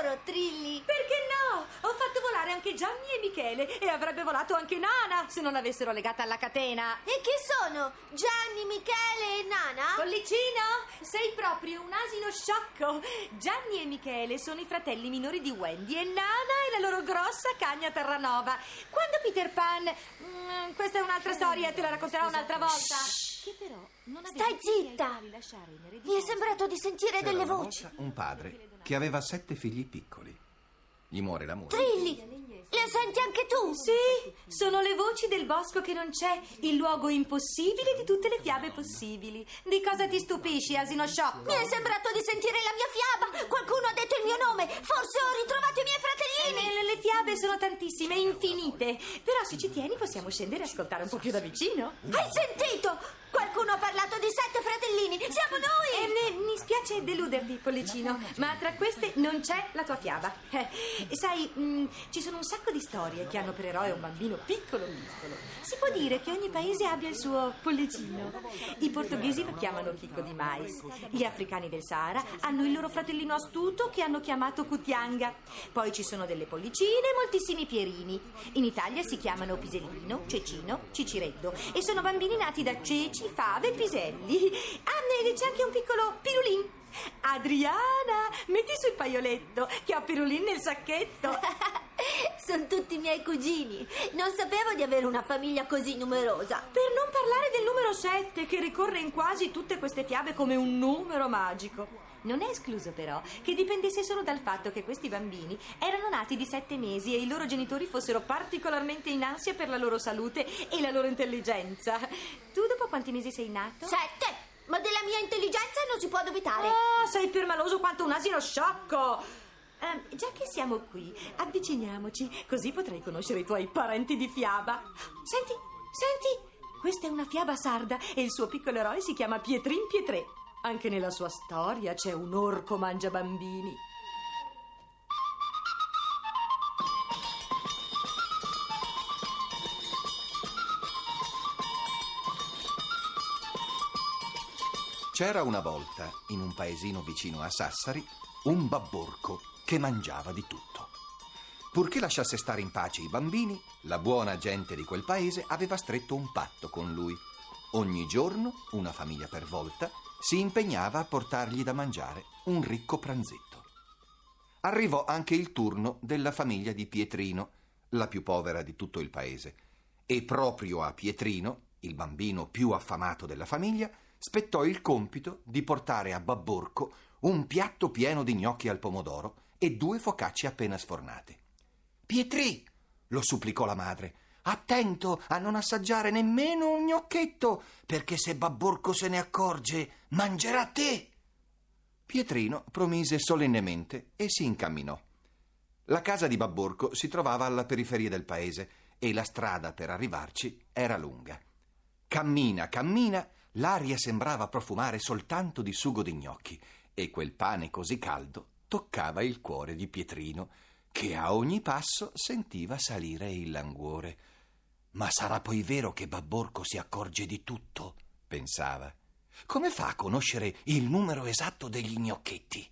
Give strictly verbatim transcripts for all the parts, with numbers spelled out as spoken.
tesoro, Trilli. Perché no? Ho fatto volare anche Gianni e Michele e avrebbe volato anche Nana se non l'avessero legata alla catena. E chi sono? Gianni, Michele e Nana? Pollicino, sei proprio un asino sciocco. Gianni e Michele sono i fratelli minori di Wendy e Nana è la loro grossa cagna Terranova. Quando Peter Pan... Mm, questa è un'altra storia, te la racconterò un'altra volta. Che però non Stai zitta! Mi è sembrato di sentire C'era delle una voci. volta un padre che aveva sette figli piccoli. Gli muore la moglie. Trilli, le senti anche tu? Sì, sono le voci del bosco che non c'è, il luogo impossibile di tutte le fiabe possibili. Di cosa ti stupisci, asino sciocco? Mi è sembrato di sentire la mia fiaba. Qualcuno ha detto il mio nome. Forse ho ritrovato i miei fratellini. Le, le fiabe sono tantissime, infinite. Però se ci tieni possiamo scendere e ascoltare un po' più da vicino. Hai sentito? Qualcuno ha parlato di sette fratellini. Siamo noi. Eh, mi, mi spiace deluderti, Pollicino, ma tra queste non c'è la tua fiaba. Eh, sai, mh, ci sono un sacco di storie che hanno per eroe un bambino piccolo piccolo. Si può dire che ogni paese abbia il suo Pollicino. I portoghesi lo chiamano chicco di mais. Gli africani del Sahara hanno il loro fratellino astuto che hanno chiamato Cutianga. Poi ci sono delle Pollicine e moltissimi Pierini. In Italia si chiamano Pisellino, Cecino, Cicireddo e sono bambini nati da ceci, fave e piselli. Ah, e c'è anche un piccolo Pirulin. Adriana, metti sul paioletto che ho Pirulin nel sacchetto. Sono tutti i miei cugini. Non sapevo di avere una famiglia così numerosa. Per non parlare del numero sette, che ricorre in quasi tutte queste fiabe come un numero magico. Non è escluso però che dipendesse solo dal fatto che questi bambini erano nati di sette mesi e i loro genitori fossero particolarmente in ansia per la loro salute e la loro intelligenza. Tu dopo quanti mesi sei nato? Sette! Ma della mia intelligenza non si può dubitare. Ah, sei permaloso quanto un asino sciocco. Eh, già che siamo qui, avviciniamoci, così potrai conoscere i tuoi parenti di fiaba. Senti, senti, questa è una fiaba sarda e il suo piccolo eroe si chiama Pietrin Pietré. Anche nella sua storia c'è un orco mangiabambini. C'era una volta, in un paesino vicino a Sassari, un babborco che mangiava di tutto. Purché lasciasse stare in pace i bambini, la buona gente di quel paese aveva stretto un patto con lui. Ogni giorno, una famiglia per volta, si impegnava a portargli da mangiare un ricco pranzetto. Arrivò anche il turno della famiglia di Pietrino, la più povera di tutto il paese, e proprio a Pietrino, il bambino più affamato della famiglia, spettò il compito di portare a Babborco un piatto pieno di gnocchi al pomodoro e due focacce appena sfornate. «Pietrì!» lo supplicò la madre. «Attento a non assaggiare nemmeno un gnocchetto, perché se Babborco se ne accorge, mangerà te!» Pietrino promise solennemente e si incamminò. La casa di Babborco si trovava alla periferia del paese e la strada per arrivarci era lunga. Cammina, cammina, l'aria sembrava profumare soltanto di sugo di gnocchi e quel pane così caldo toccava il cuore di Pietrino, che a ogni passo sentiva salire il languore. «Ma sarà poi vero che Babborco si accorge di tutto?» pensava. «Come fa a conoscere il numero esatto degli gnocchetti?»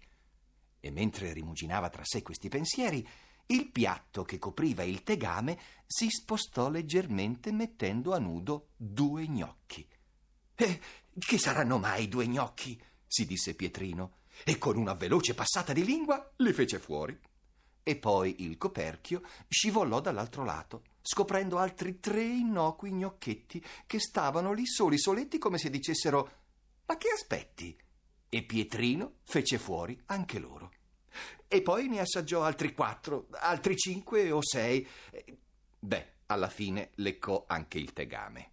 E mentre rimuginava tra sé questi pensieri, il piatto che copriva il tegame si spostò leggermente mettendo a nudo due gnocchi. «Eh, chi saranno mai due gnocchi?» si disse Pietrino, e con una veloce passata di lingua li fece fuori. E poi il coperchio scivolò dall'altro lato, scoprendo altri tre innocui gnocchetti che stavano lì soli soletti come se dicessero: «Ma che aspetti?» E Pietrino fece fuori anche loro. E poi ne assaggiò altri quattro, altri cinque o sei. Beh, alla fine leccò anche il tegame.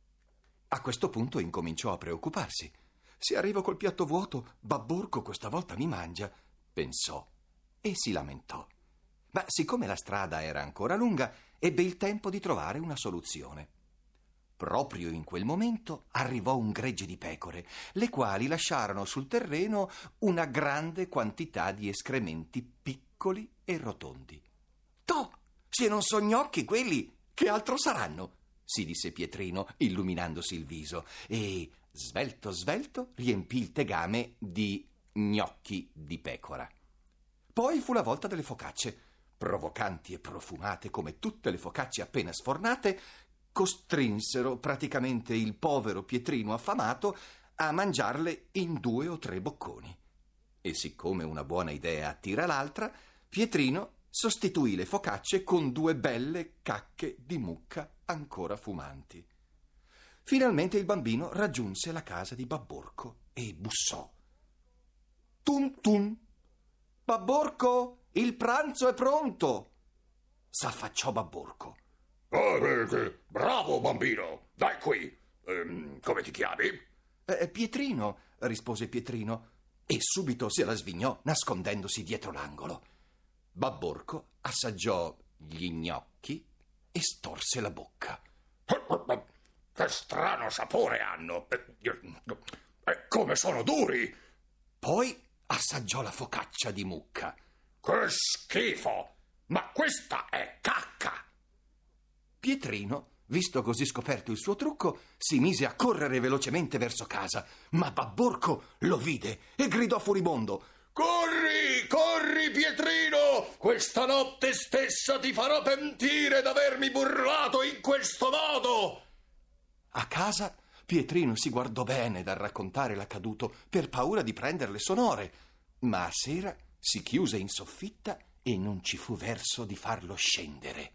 A questo punto incominciò a preoccuparsi. «Se arrivo col piatto vuoto, Babborco questa volta mi mangia», pensò, e si lamentò. Ma siccome la strada era ancora lunga, ebbe il tempo di trovare una soluzione. Proprio in quel momento arrivò un gregge di pecore, le quali lasciarono sul terreno una grande quantità di escrementi piccoli e rotondi. «Toh, se non sono gnocchi quelli, che altro saranno?» si disse Pietrino, illuminandosi il viso, e svelto svelto riempì il tegame di gnocchi di pecora. Poi fu la volta delle focacce, provocanti e profumate come tutte le focacce appena sfornate, costrinsero praticamente il povero Pietrino affamato a mangiarle in due o tre bocconi. E siccome una buona idea attira l'altra, Pietrino sostituì le focacce con due belle cacche di mucca ancora fumanti. Finalmente il bambino raggiunse la casa di Babborco e bussò. Tum tum! Babborco, il pranzo è pronto! S'affacciò Babborco. Oh, eh, bravo bambino, dai qui. Ehm, come ti chiami? Eh, Pietrino, rispose Pietrino, e subito se la svignò nascondendosi dietro l'angolo. Babborco assaggiò gli gnocchi e storse la bocca. Che strano sapore hanno. E come sono duri. Poi assaggiò la focaccia di mucca. Che schifo! Ma questa è cacca! Pietrino, visto così scoperto il suo trucco, si mise a correre velocemente verso casa, ma Babborco lo vide e gridò furibondo: Corri, corri, Pietrino! Questa notte stessa ti farò pentire d'avermi burlato in questo modo! A casa Pietrino si guardò bene dal raccontare l'accaduto per paura di prendere le sonore, ma a sera si chiuse in soffitta e non ci fu verso di farlo scendere.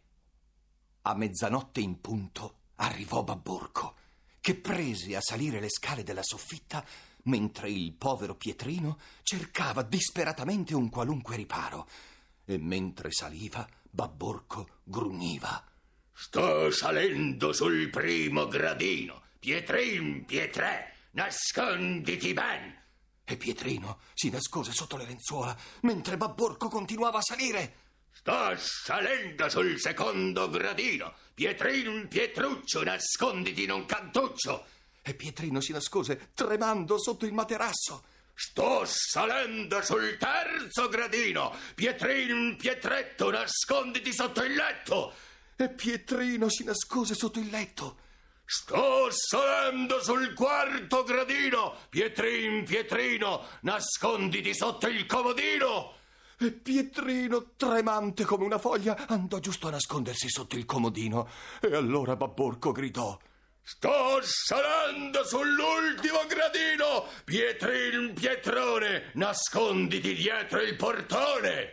A mezzanotte in punto arrivò Babborco, che prese a salire le scale della soffitta mentre il povero Pietrino cercava disperatamente un qualunque riparo. E mentre saliva, Babborco grugniva. Sto salendo sul primo gradino. Pietrin, Pietrè, nasconditi ben. E Pietrino si nascose sotto le lenzuola mentre Babborco continuava a salire. Sto salendo sul secondo gradino. Pietrin, Pietruccio, nasconditi in un cantuccio. E Pietrino si nascose tremando sotto il materasso. Sto salendo sul terzo gradino. Pietrin, Pietretto, nasconditi sotto il letto. E Pietrino si nascose sotto il letto. Sto salendo sul quarto gradino. Pietrin, Pietrino, nasconditi sotto il comodino. E Pietrino, tremante come una foglia, andò giusto a nascondersi sotto il comodino. E allora Babborco gridò: Sto salendo sull'ultimo gradino. Pietrin, Pietrone, nasconditi dietro il portone.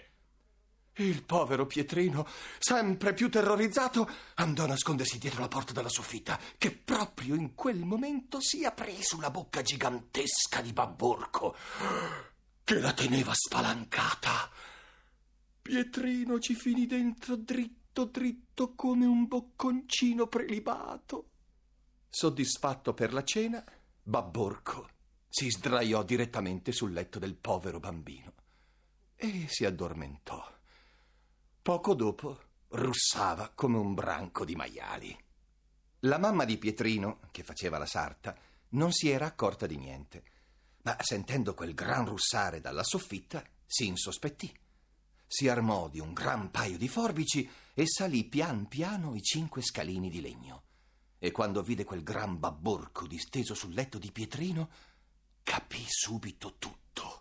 Il povero Pietrino, sempre più terrorizzato, andò a nascondersi dietro la porta della soffitta, che proprio in quel momento si aprì sulla bocca gigantesca di Babborco, che la teneva spalancata. Pietrino ci finì dentro dritto dritto come un bocconcino prelibato. Soddisfatto per la cena, Babborco si sdraiò direttamente sul letto del povero bambino e si addormentò. Poco dopo russava come un branco di maiali. La mamma di Pietrino, che faceva la sarta, non si era accorta di niente, ma sentendo quel gran russare dalla soffitta si insospettì. Si armò di un gran paio di forbici e salì pian piano i cinque scalini di legno. E quando vide quel gran Babborco disteso sul letto di Pietrino, capì subito tutto.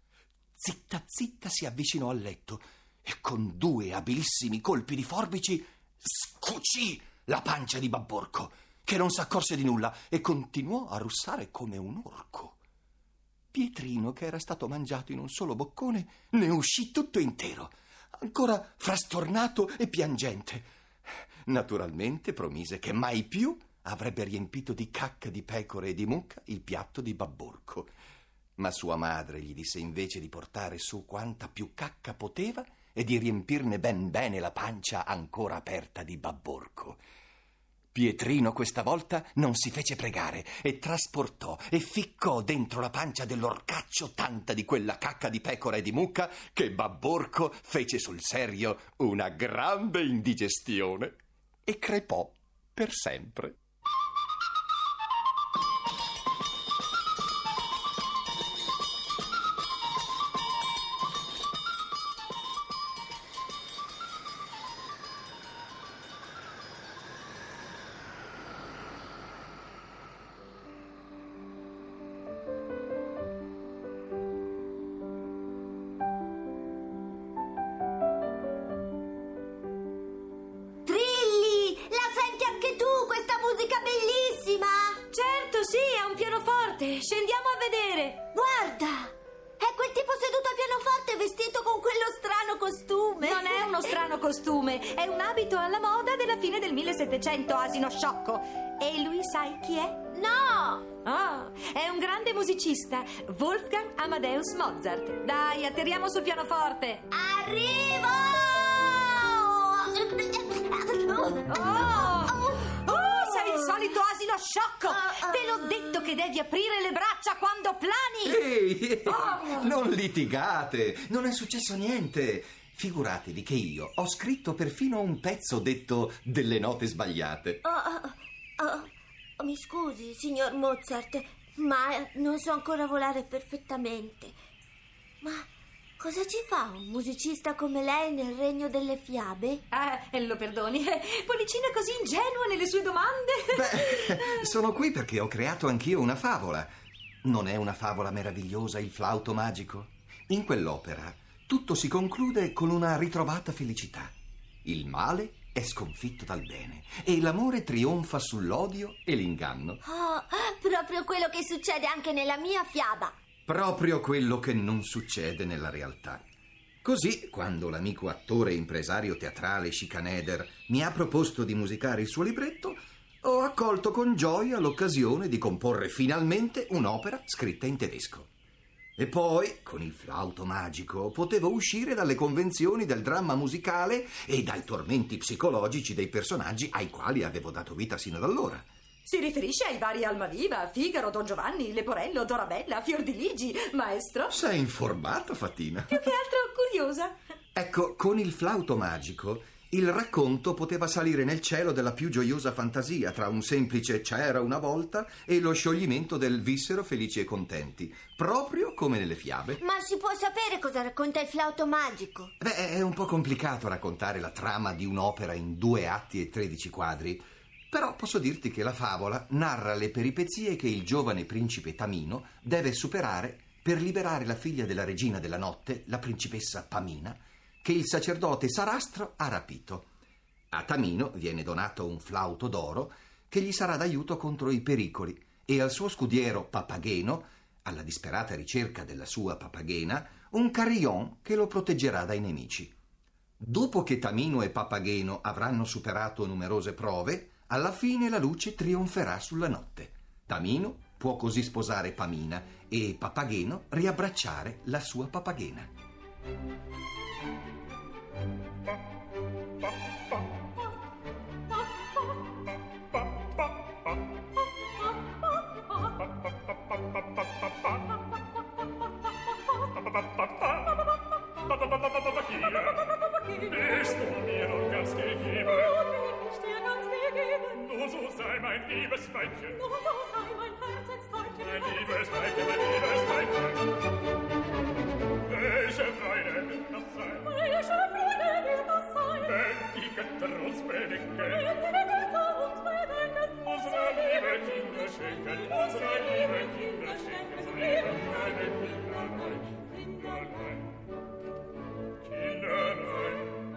Zitta zitta si avvicinò al letto e con due abilissimi colpi di forbici scucì la pancia di Babborco, che non s'accorse di nulla e continuò a russare come un orco. Pietrino, che era stato mangiato in un solo boccone, ne uscì tutto intero, ancora frastornato e piangente. Naturalmente promise che mai più avrebbe riempito di cacca di pecore e di mucca il piatto di Babborco. Ma sua madre gli disse invece di portare su quanta più cacca poteva e di riempirne ben bene la pancia ancora aperta di Babborco. Pietrino questa volta non si fece pregare e trasportò e ficcò dentro la pancia dell'orcaccio tanta di quella cacca di pecora e di mucca che Babborco fece sul serio una grande indigestione e crepò per sempre. pianoforte, scendiamo a vedere. Guarda! È quel tipo seduto al pianoforte vestito con quello strano costume. Non è uno strano costume, è un abito alla moda della fine del millesettecento, asino sciocco. E lui sai chi è? No! Ah, è un grande musicista, Wolfgang Amadeus Mozart. Dai, atterriamo sul pianoforte. Arrivo! Oh! Oh, sei il solito asino sciocco! Te l'ho detto che devi aprire le braccia quando plani! Ehi, non litigate, non è successo niente. Figuratevi che io ho scritto perfino un pezzo detto delle note sbagliate. Oh, oh, oh, mi scusi, signor Mozart, ma non so ancora volare perfettamente. Ma cosa ci fa un musicista come lei nel regno delle fiabe? Ah, lo perdoni, Pollicino è così ingenuo nelle sue domande. Beh, sono qui perché ho creato anch'io una favola. Non è una favola meravigliosa il flauto magico? In quell'opera tutto si conclude con una ritrovata felicità. Il male è sconfitto dal bene e l'amore trionfa sull'odio e l'inganno. Oh, proprio quello che succede anche nella mia fiaba. Proprio quello che non succede nella realtà. Così, quando l'amico attore e impresario teatrale Schikaneder mi ha proposto di musicare il suo libretto, ho accolto con gioia l'occasione di comporre finalmente un'opera scritta in tedesco. E poi, con il flauto magico, potevo uscire dalle convenzioni del dramma musicale e dai tormenti psicologici dei personaggi ai quali avevo dato vita sino ad allora. Si riferisce ai vari Almaviva, Figaro, Don Giovanni, Leporello, Dorabella, Fiordiligi, maestro? Sei informata, Fatina? Più che altro curiosa. Ecco, con il flauto magico il racconto poteva salire nel cielo della più gioiosa fantasia tra un semplice c'era una volta e lo scioglimento del vissero felici e contenti, proprio come nelle fiabe. Ma si può sapere cosa racconta il flauto magico? Beh, è un po' complicato raccontare la trama di un'opera in due atti e tredici quadri. Però posso dirti che la favola narra le peripezie che il giovane principe Tamino deve superare per liberare la figlia della regina della notte, la principessa Pamina, che il sacerdote Sarastro ha rapito. A Tamino viene donato un flauto d'oro che gli sarà d'aiuto contro i pericoli e al suo scudiero Papageno, alla disperata ricerca della sua Papagena, un carillon che lo proteggerà dai nemici. Dopo che Tamino e Papageno avranno superato numerose prove, alla fine la luce trionferà sulla notte. Tamino può così sposare Pamina e Papageno riabbracciare la sua Papagena. Bist du mir nun ganz gegeben? Ich dir ganz gegeben. Nur so sei mein liebes Weibchen. Nur so sei mein Herzensweibchen. Mein liebes Weibchen, mein liebes Weibchen. Welche Freude wird das sein? Welche Freude wird das sein? Wenn die Götter uns bedenken. Wenn die Götter uns bedenken. Unsere liebe Kinder schenken. Unsere liebe Kinder schenken. Leben kleine Kinderlein. Kinderlein. Kinderlein.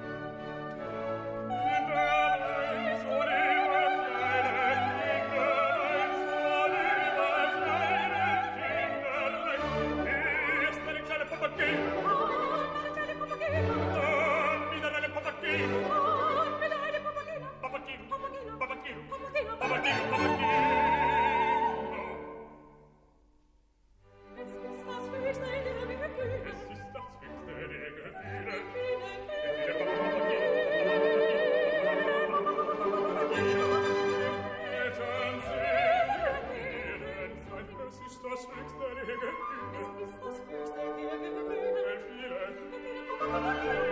Kinderlein, so liebe kleine Kinderlein, so liebe kleine Kinderlein. Erst eine kleine Papageno, eine kleine Papageno, dann wieder eine Papageno, dann wieder eine Papageno, Papageno, Papageno, Papageno, Papageno, Papageno, Papageno. Es ist das höchste der Gefühle, es ist das höchste der Gefühle, Gefühle, Papageno. Das höchste der Gefühle. Es ist das höchste der Gefühle. Gefühle.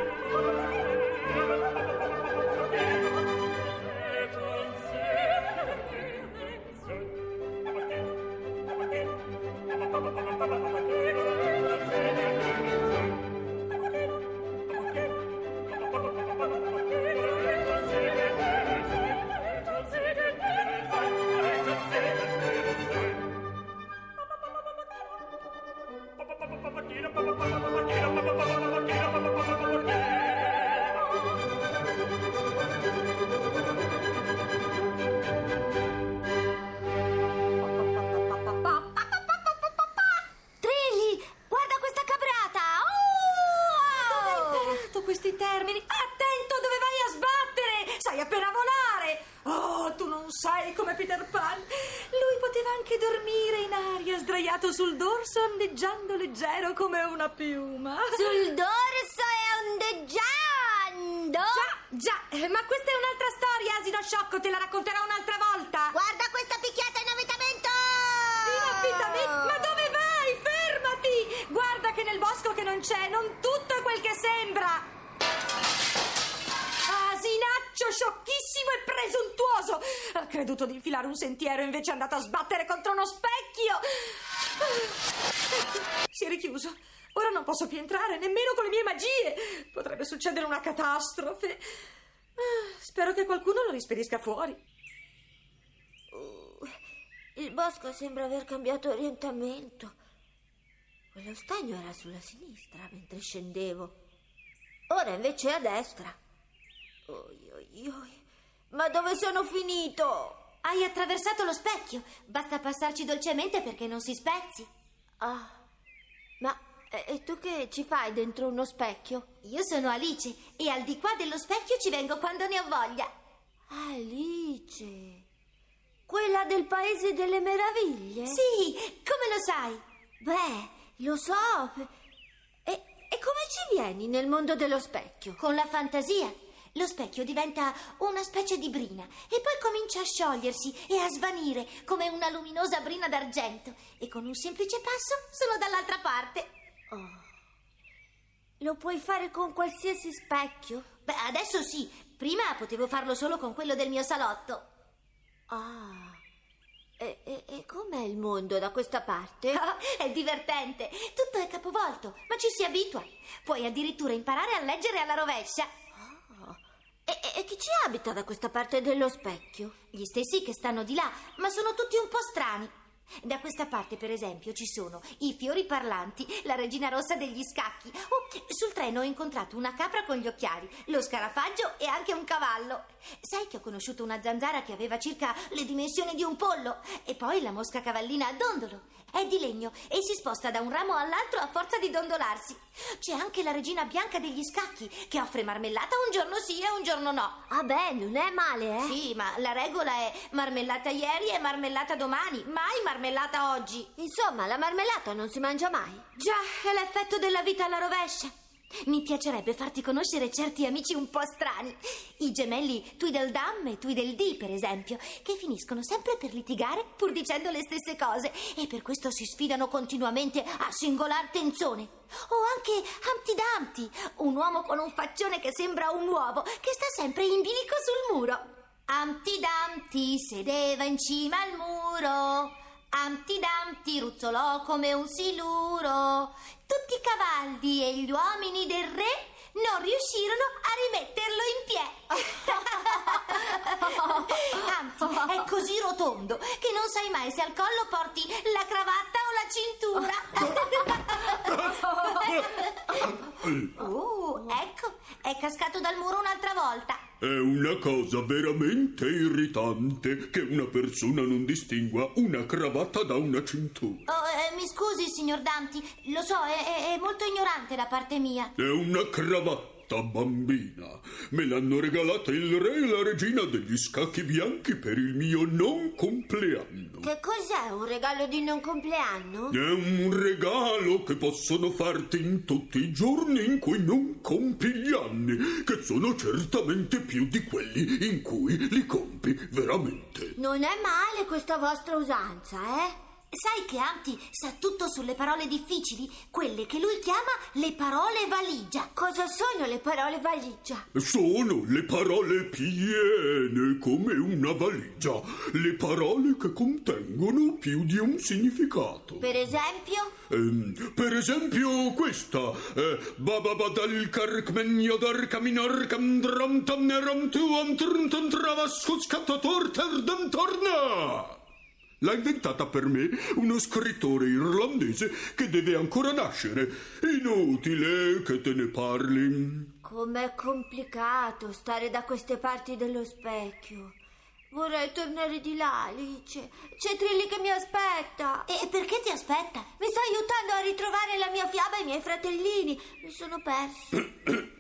Termini. Attento dove vai a sbattere! Sai appena volare! Oh, tu non sei come Peter Pan. Lui poteva anche dormire in aria, sdraiato sul dorso, ondeggiando leggero come una piuma. Sul dorso e ondeggiando? Già, già, eh, ma questa è un'altra storia, asino sciocco, te la racconterò un'altra volta. Guarda questa picchiata in avvitamento! In avvitamento? Ma dove vai? Fermati! Guarda che nel bosco che non c'è, non tutto è quel che sembra. Asinaccio sciocchissimo e presuntuoso! Ha creduto di infilare un sentiero, invece è andato a sbattere contro uno specchio. Si è richiuso. Ora non posso più entrare, nemmeno con le mie magie. Potrebbe succedere una catastrofe. Spero che qualcuno lo rispedisca fuori. Uh, il bosco sembra aver cambiato orientamento. Quello stagno era sulla sinistra mentre scendevo. Ora invece è a destra. Oi, oi, oi. Ma dove sono finito? Hai attraversato lo specchio. Basta passarci dolcemente perché non si spezzi. Ah, ma e tu che ci fai dentro uno specchio? Io sono Alice e al di qua dello specchio ci vengo quando ne ho voglia. Alice? Quella del Paese delle Meraviglie? Sì, come lo sai? Beh, lo so. E, e come ci vieni nel mondo dello specchio? Con la fantasia. Lo specchio diventa una specie di brina e poi comincia a sciogliersi e a svanire come una luminosa brina d'argento e con un semplice passo sono dall'altra parte. Oh. Lo puoi fare con qualsiasi specchio? Beh, adesso sì. Prima potevo farlo solo con quello del mio salotto. Ah. E, e, e com'è il mondo da questa parte? Oh, è divertente. Tutto è capovolto, ma ci si abitua. Puoi addirittura imparare a leggere alla rovescia. E, e chi ci abita da questa parte dello specchio? Gli stessi che stanno di là, ma sono tutti un po' strani. Da questa parte, per esempio, ci sono i fiori parlanti, la regina rossa degli scacchi. Oh, sul treno ho incontrato una capra con gli occhiali, lo scarafaggio e anche un cavallo. Sai che ho conosciuto una zanzara che aveva circa le dimensioni di un pollo? E poi la mosca cavallina a dondolo. È di legno e si sposta da un ramo all'altro a forza di dondolarsi. C'è anche la regina bianca degli scacchi che offre marmellata un giorno sì e un giorno no. Ah beh, non è male, eh? Sì, ma la regola è marmellata ieri e marmellata domani, mai marmellata oggi. Insomma, la marmellata non si mangia mai. Già, è l'effetto della vita alla rovescia. Mi piacerebbe farti conoscere certi amici un po' strani. I gemelli Tweedledum e Tweedledee, per esempio, che finiscono sempre per litigare pur dicendo le stesse cose e per questo si sfidano continuamente a singolar tenzone. O anche Humpty Dumpty, un uomo con un faccione che sembra un uovo, che sta sempre in bilico sul muro. Humpty Dumpty sedeva in cima al muro. Humpty Dumpty ruzzolò come un siluro. Tutti i cavalli e gli uomini del re non riuscirono a rimetterlo in piedi. Humpty è così rotondo che non sai mai se al collo porti la cravatta o la cintura. Oh, ecco, è cascato dal muro un'altra volta. È una cosa veramente irritante che una persona non distingua una cravatta da una cintura. Oh, eh, mi scusi, signor Dumpty, lo so, è, è, è molto ignorante da parte mia. È una cravatta, bambina. Me l'hanno regalata il re e la regina degli scacchi bianchi per il mio non compleanno. Che cos'è un regalo di non compleanno? È un regalo che possono farti in tutti i giorni in cui non compi gli anni, che sono certamente più di quelli in cui li compi veramente. Non è male questa vostra usanza, eh? Sai che Humpty sa tutto sulle parole difficili, quelle che lui chiama le parole valigia. Cosa sono le parole valigia? Sono le parole piene come una valigia, le parole che contengono più di un significato. Per esempio? Ehm, per esempio questa. Eh, Bababadal karkmen yodar kaminar kamdram tamneram tuam truntan travascus captator terdam torna. L'ha inventata per me uno scrittore irlandese che deve ancora nascere. Inutile che te ne parli. Com'è complicato stare da queste parti dello specchio. Vorrei tornare di là, Alice. C'è Trilly che mi aspetta. E perché ti aspetta? Mi sta aiutando a ritrovare la mia fiaba e i miei fratellini. Mi sono persi.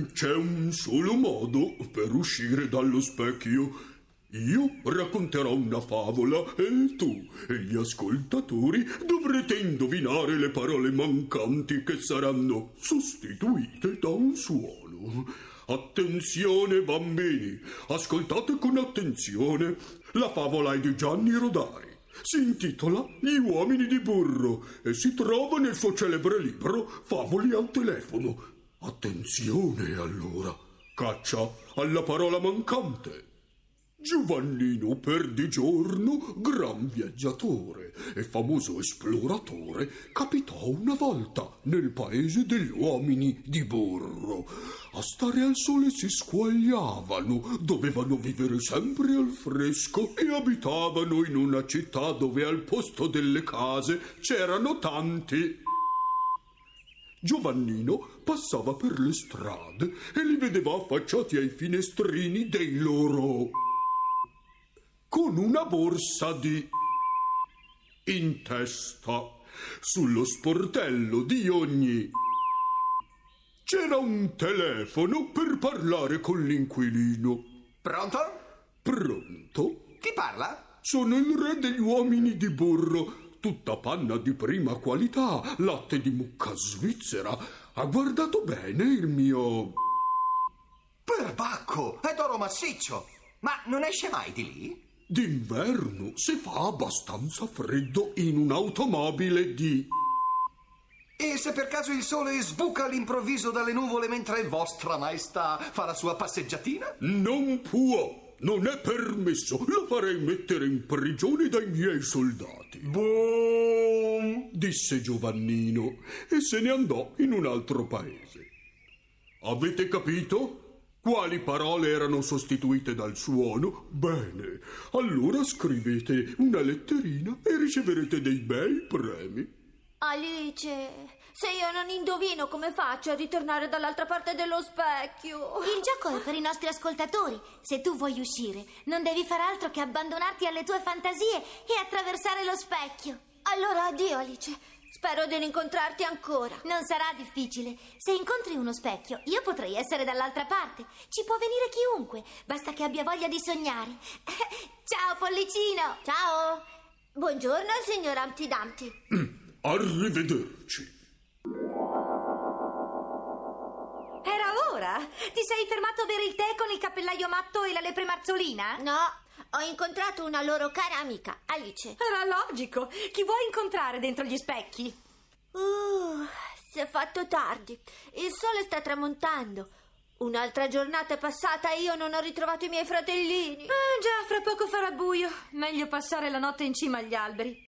C'è un solo modo per uscire dallo specchio. Io racconterò una favola e tu e gli ascoltatori dovrete indovinare le parole mancanti che saranno sostituite da un suono. Attenzione bambini, ascoltate con attenzione. La favola è di Gianni Rodari. Si intitola Gli uomini di burro e si trova nel suo celebre libro Favole al telefono. Attenzione allora. Caccia alla parola mancante. Giovannino Perdigiorno, gran viaggiatore e famoso esploratore, capitò una volta nel paese degli uomini di burro. A stare al sole si squagliavano, dovevano vivere sempre al fresco e abitavano in una città dove al posto delle case c'erano tanti. Giovannino passava per le strade e li vedeva affacciati ai finestrini dei loro con una borsa di in testa. Sullo sportello di ogni c'era un telefono per parlare con l'inquilino. Pronto? Pronto? Chi parla? Sono il re degli uomini di burro, tutta panna di prima qualità, latte di mucca svizzera. Ha guardato bene il mio... Perbacco, è d'oro massiccio. Ma non esce mai di lì? D'inverno si fa abbastanza freddo in un'automobile di... E se per caso il sole sbuca all'improvviso dalle nuvole mentre vostra maestà fa la sua passeggiatina? Non può, non è permesso. La farei mettere in prigione dai miei soldati. Boom! Disse Giovannino e se ne andò in un altro paese. Avete capito? Quali parole erano sostituite dal suono? Bene, allora scrivete una letterina e riceverete dei bei premi. Alice, se io non indovino, come faccio a ritornare dall'altra parte dello specchio? Il gioco è per i nostri ascoltatori. Se tu vuoi uscire, non devi far altro che abbandonarti alle tue fantasie e attraversare lo specchio. Allora addio, Alice. Spero di rincontrarti ancora. Non sarà difficile. Se incontri uno specchio, io potrei essere dall'altra parte. Ci può venire chiunque, basta che abbia voglia di sognare. Ciao, Pollicino. Ciao. Buongiorno, signor Humpty Dumpty. Arrivederci. Era ora? Ti sei fermato a bere il tè con il cappellaio matto e la lepre marzolina? No, ho incontrato una loro cara amica, Alice. Era logico. Chi vuoi incontrare dentro gli specchi? Uh, si è fatto tardi. Il sole sta tramontando. Un'altra giornata è passata e io non ho ritrovato i miei fratellini. Ah, già, fra poco farà buio. Meglio passare la notte in cima agli alberi.